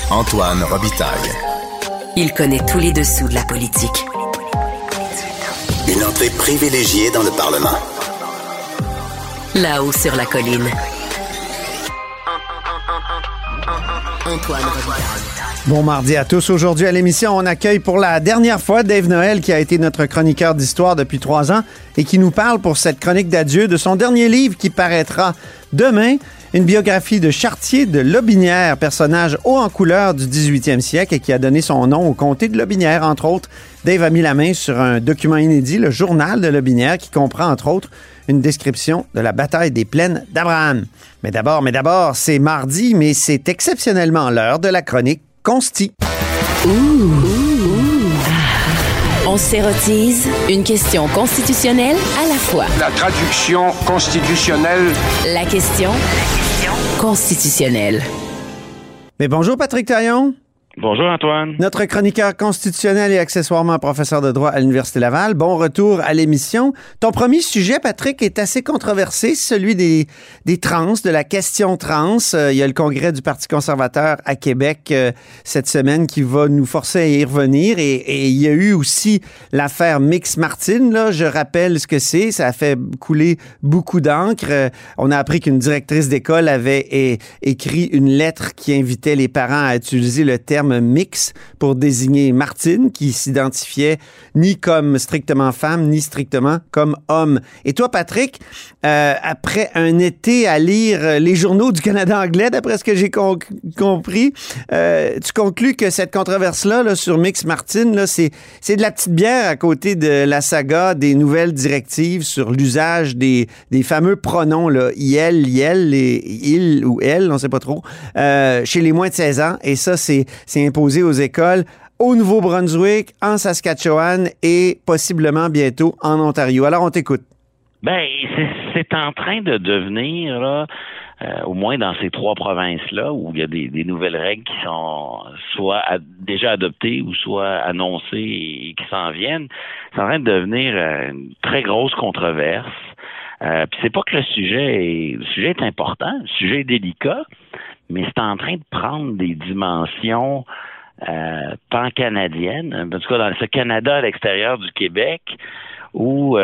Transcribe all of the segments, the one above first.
Antoine Robitaille. Il connaît tous les dessous de la politique. Une entrée privilégiée dans le Parlement. Là-haut sur la colline. Antoine Robitaille. Bon mardi à tous. Aujourd'hui à l'émission, on accueille pour la dernière fois Dave Noël, qui a été notre chroniqueur d'histoire depuis 3 ans et qui nous parle pour cette chronique d'adieu de son dernier livre qui paraîtra demain, une biographie de Chartier de Lotbinière, personnage haut en couleur du 18e siècle et qui a donné son nom au comté de Lotbinière, entre autres. Dave a mis la main sur un document inédit, le journal de Lotbinière, qui comprend, entre autres, une description de la bataille des plaines d'Abraham. Mais d'abord, c'est mardi, mais c'est exceptionnellement l'heure de la chronique Consti. On s'érotise une question constitutionnelle à la fois. La traduction constitutionnelle. La question constitutionnelle. Mais bonjour Patrick Taillon. Bonjour Antoine. Notre chroniqueur constitutionnel et accessoirement professeur de droit à l'Université Laval. Bon retour à l'émission. Ton premier sujet, Patrick, est assez controversé, celui des trans, de la question trans. Il y a le congrès du Parti conservateur à Québec cette semaine qui va nous forcer à y revenir. Et il y a eu aussi l'affaire Mix Martin. Là, je rappelle ce que c'est. Ça a fait couler beaucoup d'encre. On a appris qu'une directrice d'école avait écrit une lettre qui invitait les parents à utiliser le terme mix pour désigner Martine, qui s'identifiait ni comme strictement femme, ni strictement comme homme. Et toi, Patrick, après un été à lire les journaux du Canada anglais, d'après ce que j'ai compris, tu conclus que cette controverse-là là, sur Mix Martine, là, c'est de la petite bière à côté de la saga des nouvelles directives sur l'usage des fameux pronoms, là, il, il ou elle, on ne sait pas trop, chez les moins de 16 ans. Et ça, c'est imposé aux écoles au Nouveau-Brunswick, en Saskatchewan et possiblement bientôt en Ontario. Alors, on t'écoute. Ben, c'est en train de devenir, là, au moins dans ces 3 provinces-là, où il y a des nouvelles règles qui sont soit déjà adoptées ou soit annoncées et qui s'en viennent. C'est en train de devenir une très grosse controverse. Puis c'est pas que le sujet est important, le sujet est délicat, mais c'est en train de prendre des dimensions pan-canadiennes. En tout cas, dans ce Canada à l'extérieur du Québec, où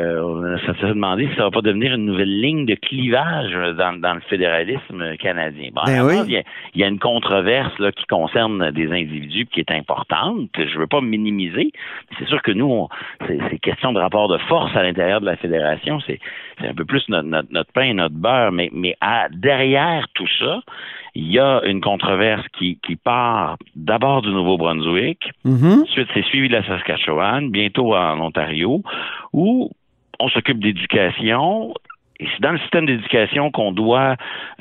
ça s'est demandé si ça va pas devenir une nouvelle ligne de clivage dans le fédéralisme canadien. Bon, il y a une controverse là qui concerne des individus qui est importante. Je veux pas minimiser. C'est sûr que nous, c'est question de rapport de force à l'intérieur de la fédération. C'est un peu plus notre pain et notre beurre. Mais derrière tout ça, il y a une controverse qui part d'abord du Nouveau-Brunswick, ensuite c'est suivi de la Saskatchewan, bientôt en Ontario, où on s'occupe d'éducation. Et c'est dans le système d'éducation qu'on doit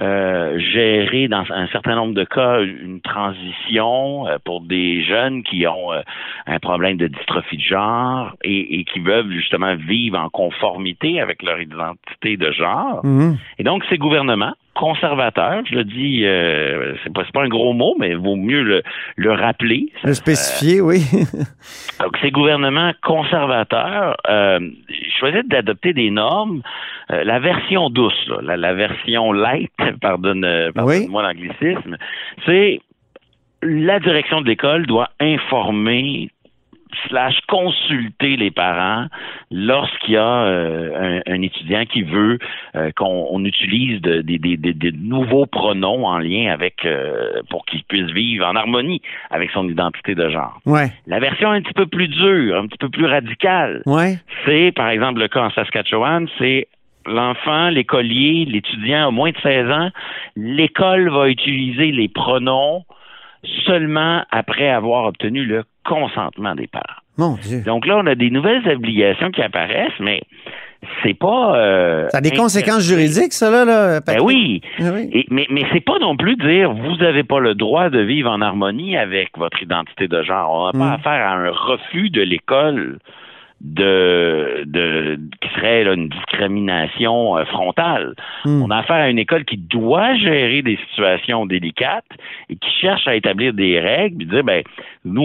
gérer, dans un certain nombre de cas, une transition pour des jeunes qui ont un problème de dystrophie de genre et qui veulent justement vivre en conformité avec leur identité de genre. Et donc, ces gouvernements conservateurs, je le dis, c'est pas un gros mot, mais il vaut mieux le rappeler. Le spécifier, oui. Donc, ces gouvernements conservateurs choisissent d'adopter des normes, la version douce, là, la version light, pardonne-moi l'anglicisme, c'est la direction de l'école doit informer / consulter les parents lorsqu'il y a un étudiant qui veut qu'on utilise des nouveaux pronoms en lien avec pour qu'il puisse vivre en harmonie avec son identité de genre. Ouais. La version un petit peu plus dure, un petit peu plus radicale, c'est par exemple le cas en Saskatchewan, c'est l'enfant, l'écolier, l'étudiant à moins de 16 ans, l'école va utiliser les pronoms seulement après avoir obtenu le consentement des parents. Mon Dieu. Donc là, on a des nouvelles obligations qui apparaissent, mais c'est pas... ça a des conséquences juridiques, ça, là, Patrick? Ben oui. Mais c'est pas non plus dire vous avez pas le droit de vivre en harmonie avec votre identité de genre. On n'a pas affaire à un refus de l'école qui serait là, une discrimination frontale. On a affaire à une école qui doit gérer des situations délicates et qui cherche à établir des règles, puis dire nous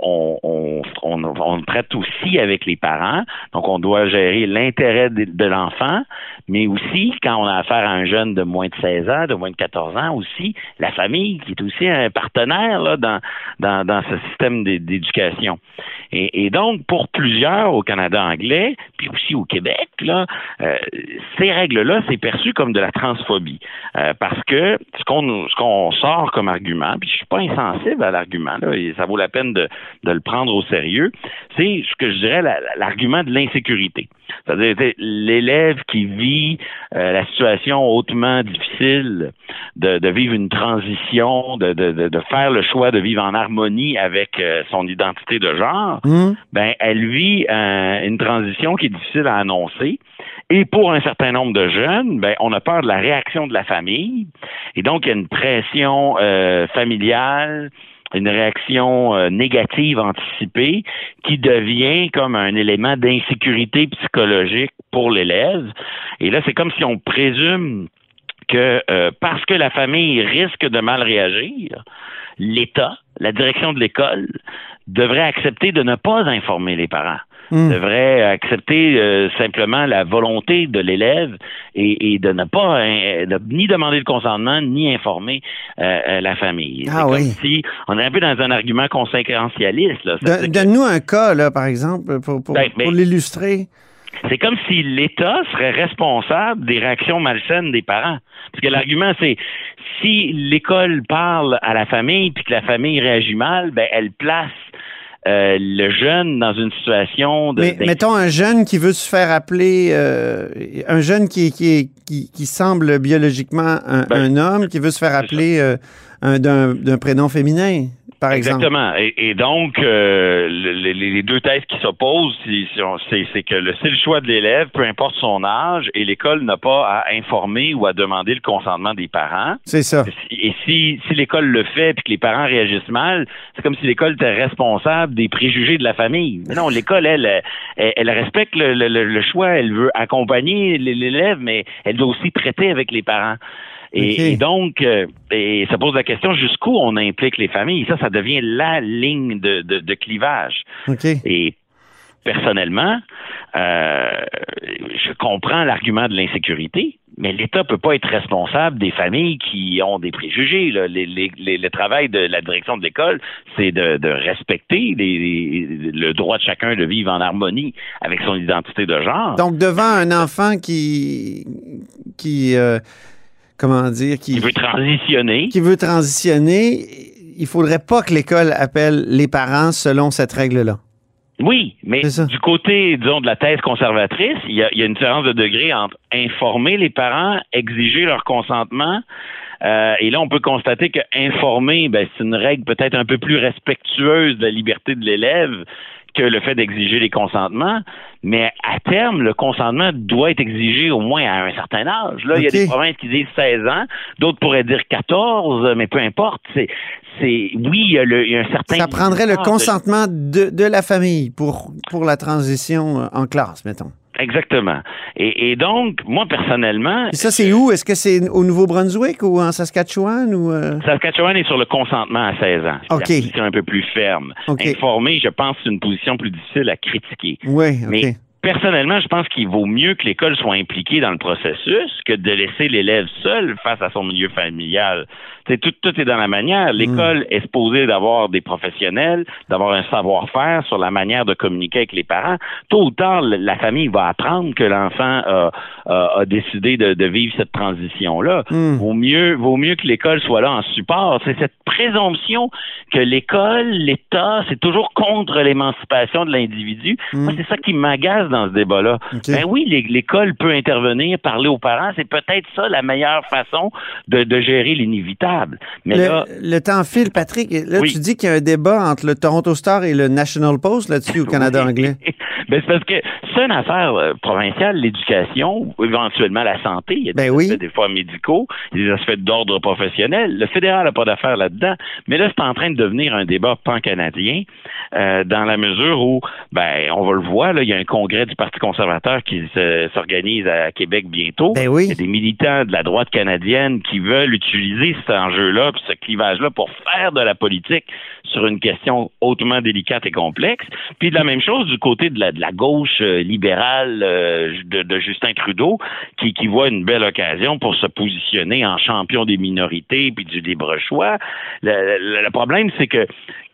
on traite aussi avec les parents, donc on doit gérer l'intérêt de l'enfant, mais aussi quand on a affaire à un jeune de moins de 16 ans, de moins de 14 ans aussi, la famille qui est aussi un partenaire là dans ce système d'éducation. Et donc, pour plusieurs au Canada anglais, puis aussi au Québec, là, ces règles-là, c'est perçu comme de la transphobie. Parce que ce qu'on sort comme argument, puis je suis pas insensible à l'argument, là, et ça vaut la peine de le prendre au sérieux, c'est ce que je dirais l'argument de l'insécurité. C'est-à-dire l'élève qui vit la situation hautement difficile de vivre une transition, de faire le choix de vivre en harmonie avec son identité de genre, elle vit une transition qui est difficile à annoncer. Et pour un certain nombre de jeunes, on a peur de la réaction de la famille. Et donc, il y a une pression familiale, une réaction négative anticipée qui devient comme un élément d'insécurité psychologique pour l'élève. Et là, c'est comme si on présume que parce que la famille risque de mal réagir, l'État, la direction de l'école, devrait accepter de ne pas informer les parents. Devrait accepter simplement la volonté de l'élève et de ne pas ni demander le consentement ni informer la famille. Ah oui. Comme si on est un peu dans un argument conséquentialiste. Là. Donne-nous un cas, là, par exemple, pour l'illustrer. C'est comme si l'État serait responsable des réactions malsaines des parents. Parce que l'argument, c'est si l'école parle à la famille puis que la famille réagit mal, elle place le jeune dans une situation de... Mais mettons un jeune qui veut se faire appeler... un jeune qui semble biologiquement un homme, qui veut se faire appeler d'un prénom féminin, par exemple. Exactement. Et donc, les deux thèses qui s'opposent, c'est que c'est le choix de l'élève, peu importe son âge, et l'école n'a pas à informer ou à demander le consentement des parents. C'est ça. Et si l'école le fait et que les parents réagissent mal, c'est comme si l'école était responsable des préjugés de la famille. Mais non, l'école, elle respecte le choix, elle veut accompagner l'élève, mais elle doit aussi traiter avec les parents. Et donc, ça pose la question jusqu'où on implique les familles. Ça devient la ligne de clivage. Okay. Et personnellement, je comprends l'argument de l'insécurité, mais l'État peut pas être responsable des familles qui ont des préjugés. Là. Le travail de la direction de l'école, c'est de respecter le droit de chacun de vivre en harmonie avec son identité de genre. Donc, devant un enfant qui veut transitionner. Qui veut transitionner, il faudrait pas que l'école appelle les parents selon cette règle-là. Oui, mais du côté, disons, de la thèse conservatrice, il y a une différence de degré entre informer les parents, exiger leur consentement, et là, on peut constater que informer, c'est une règle peut-être un peu plus respectueuse de la liberté de l'élève que le fait d'exiger les consentements, mais à terme, le consentement doit être exigé au moins à un certain âge. Là, il y a des provinces qui disent 16 ans, d'autres pourraient dire 14, mais peu importe. Oui, il y a un certain... Ça prendrait le consentement de la famille pour la transition en classe, mettons. Exactement. Et donc, moi, personnellement... Et ça, c'est où? Est-ce que c'est au Nouveau-Brunswick ou en Saskatchewan? Saskatchewan est sur le consentement à 16 ans. C'est une position un peu plus ferme. Informer, je pense, c'est une position plus difficile à critiquer. Oui, OK. Mais personnellement, je pense qu'il vaut mieux que l'école soit impliquée dans le processus que de laisser l'élève seul face à son milieu familial. Tout est dans la manière. L'école est supposée d'avoir des professionnels, d'avoir un savoir-faire sur la manière de communiquer avec les parents. Tôt ou tard, la famille va apprendre que l'enfant a décidé de vivre cette transition-là. Vaut mieux que l'école soit là en support. C'est cette présomption que l'école, l'État, c'est toujours contre l'émancipation de l'individu. Moi, c'est ça qui m'agace dans ce débat-là. Okay. Ben oui, l'école peut intervenir, parler aux parents. C'est peut-être ça la meilleure façon de gérer l'inévitable. Mais le temps file, Patrick. Là, oui. Tu dis qu'il y a un débat entre le Toronto Star et le National Post là-dessus au Canada anglais. Ben, c'est parce que c'est une affaire provinciale, l'éducation, éventuellement la santé. Il y a des aspects des fois médicaux, des aspects d'ordre professionnel. Le fédéral n'a pas d'affaires là-dedans. Mais là, c'est en train de devenir un débat pan-canadien dans la mesure où, ben, on va le voir, là, il y a un congrès du Parti conservateur qui s'organise à Québec bientôt. Ben oui. Il y a des militants de la droite canadienne qui veulent utiliser cet enjeu-là, puis ce clivage-là pour faire de la politique sur une question hautement délicate et complexe. Puis de la même chose du côté de la gauche libérale de Justin Trudeau, qui voit une belle occasion pour se positionner en champion des minorités puis du libre choix. Le problème, c'est que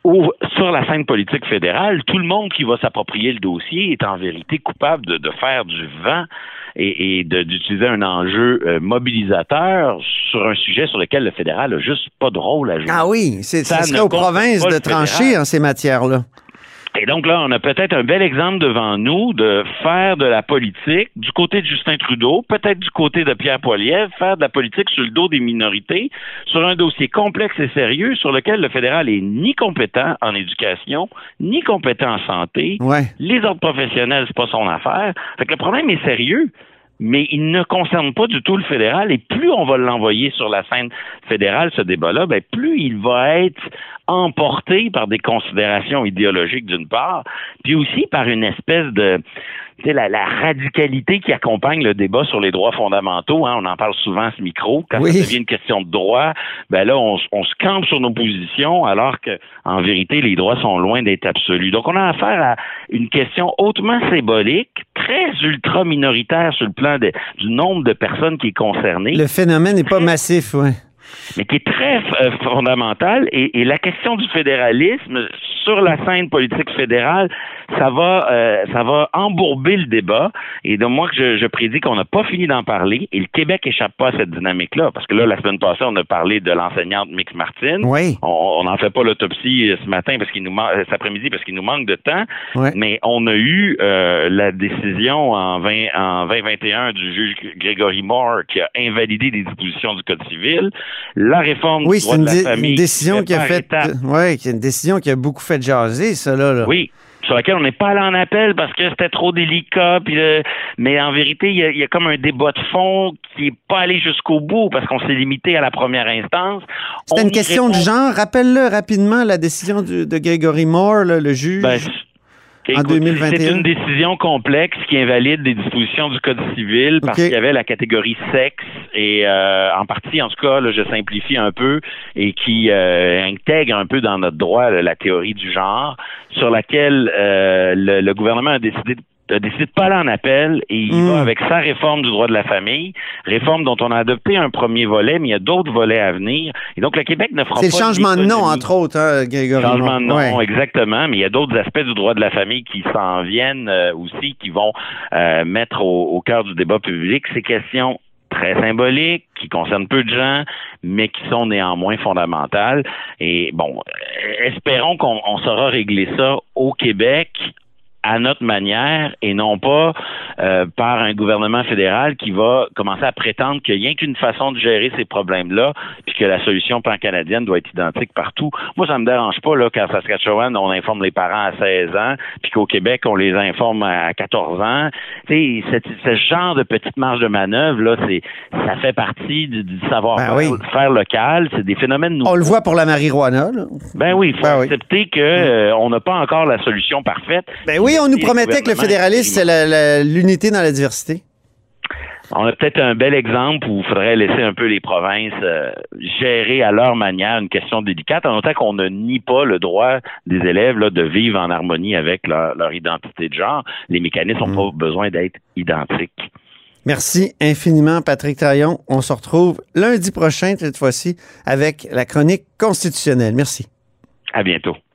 sur la scène politique fédérale, tout le monde qui va s'approprier le dossier est en vérité coupable de faire du vent et d'utiliser un enjeu mobilisateur sur un sujet sur lequel le fédéral n'a juste pas de rôle à jouer. Ah oui, ça serait aux provinces de trancher en ces matières-là. Et donc là, on a peut-être un bel exemple devant nous de faire de la politique du côté de Justin Trudeau, peut-être du côté de Pierre Poilievre, faire de la politique sur le dos des minorités, sur un dossier complexe et sérieux sur lequel le fédéral est ni compétent en éducation, ni compétent en santé. Ouais. Les ordres professionnels, c'est pas son affaire. Fait que le problème est sérieux, mais il ne concerne pas du tout le fédéral. Et plus on va l'envoyer sur la scène fédérale, ce débat-là, ben plus il va être emporté par des considérations idéologiques d'une part, puis aussi par une espèce de la radicalité qui accompagne le débat sur les droits fondamentaux, hein, on en parle souvent à ce micro, quand ça devient une question de droit, ben là, on se campe sur nos positions, alors que, en vérité, les droits sont loin d'être absolus. Donc, on a affaire à une question hautement symbolique, très ultra-minoritaire sur le plan du nombre de personnes qui est concernées. Le phénomène n'est pas massif, oui. Mais qui est très fondamentale. Et la question du fédéralisme sur la scène politique fédérale, ça va embourber le débat. Et donc, moi, je prédis qu'on n'a pas fini d'en parler. Et le Québec échappe pas à cette dynamique-là. Parce que là, la semaine passée, on a parlé de l'enseignante Mix Martin. Oui. On n'en fait pas l'autopsie ce matin cet après-midi parce qu'il nous manque de temps. Oui. Mais on a eu la décision en 2021 du juge Gregory Moore qui a invalidé des dispositions du Code civil. La réforme du droit de la famille. Une décision qui a une décision qui a beaucoup fait jaser, ça, là. Oui. Sur laquelle on n'est pas allé en appel parce que c'était trop délicat. Mais en vérité, il y a comme un débat de fond qui n'est pas allé jusqu'au bout parce qu'on s'est limité à la première instance. C'était une question de genre. Rappelle-le rapidement, la décision de Gregory Moore, là, le juge. En 2021. C'est une décision complexe qui invalide des dispositions du Code civil parce qu'il y avait la catégorie sexe et en partie, en tout cas, là, je simplifie un peu, et qui intègre un peu dans notre droit la théorie du genre sur laquelle le gouvernement a décidé de pas aller en appel et il va avec sa réforme du droit de la famille, réforme dont on a adopté un premier volet, mais il y a d'autres volets à venir. Et donc, le Québec ne fera pas... C'est le changement de nom, entre autres, hein, Grégory. Changement de nom, exactement, mais il y a d'autres aspects du droit de la famille qui s'en viennent aussi, qui vont mettre au cœur du débat public ces questions très symboliques, qui concernent peu de gens, mais qui sont néanmoins fondamentales. Et bon, espérons qu'on saura régler ça au Québec à notre manière et non pas par un gouvernement fédéral qui va commencer à prétendre qu'il n'y a rien qu'une façon de gérer ces problèmes-là puis que la solution pan-canadienne doit être identique partout. Moi, ça me dérange pas là qu'en Saskatchewan, on informe les parents à 16 ans puis qu'au Québec, on les informe à 14 ans. Tu sais, ce genre de petite marge de manœuvre, là, ça fait partie du savoir-faire local. C'est des phénomènes nouveaux. On le voit pour la marijuana, là. Ben oui, il faut accepter que on n'a pas encore la solution parfaite. Ben oui, on nous promettait que le fédéralisme, c'est l'unité dans la diversité. On a peut-être un bel exemple où il faudrait laisser un peu les provinces gérer à leur manière une question délicate, en autant qu'on ne nie pas le droit des élèves là, de vivre en harmonie avec leur identité de genre. Les mécanismes n'ont pas besoin d'être identiques. Merci infiniment, Patrick Taillon. On se retrouve lundi prochain, cette fois-ci, avec la chronique constitutionnelle. Merci. À bientôt.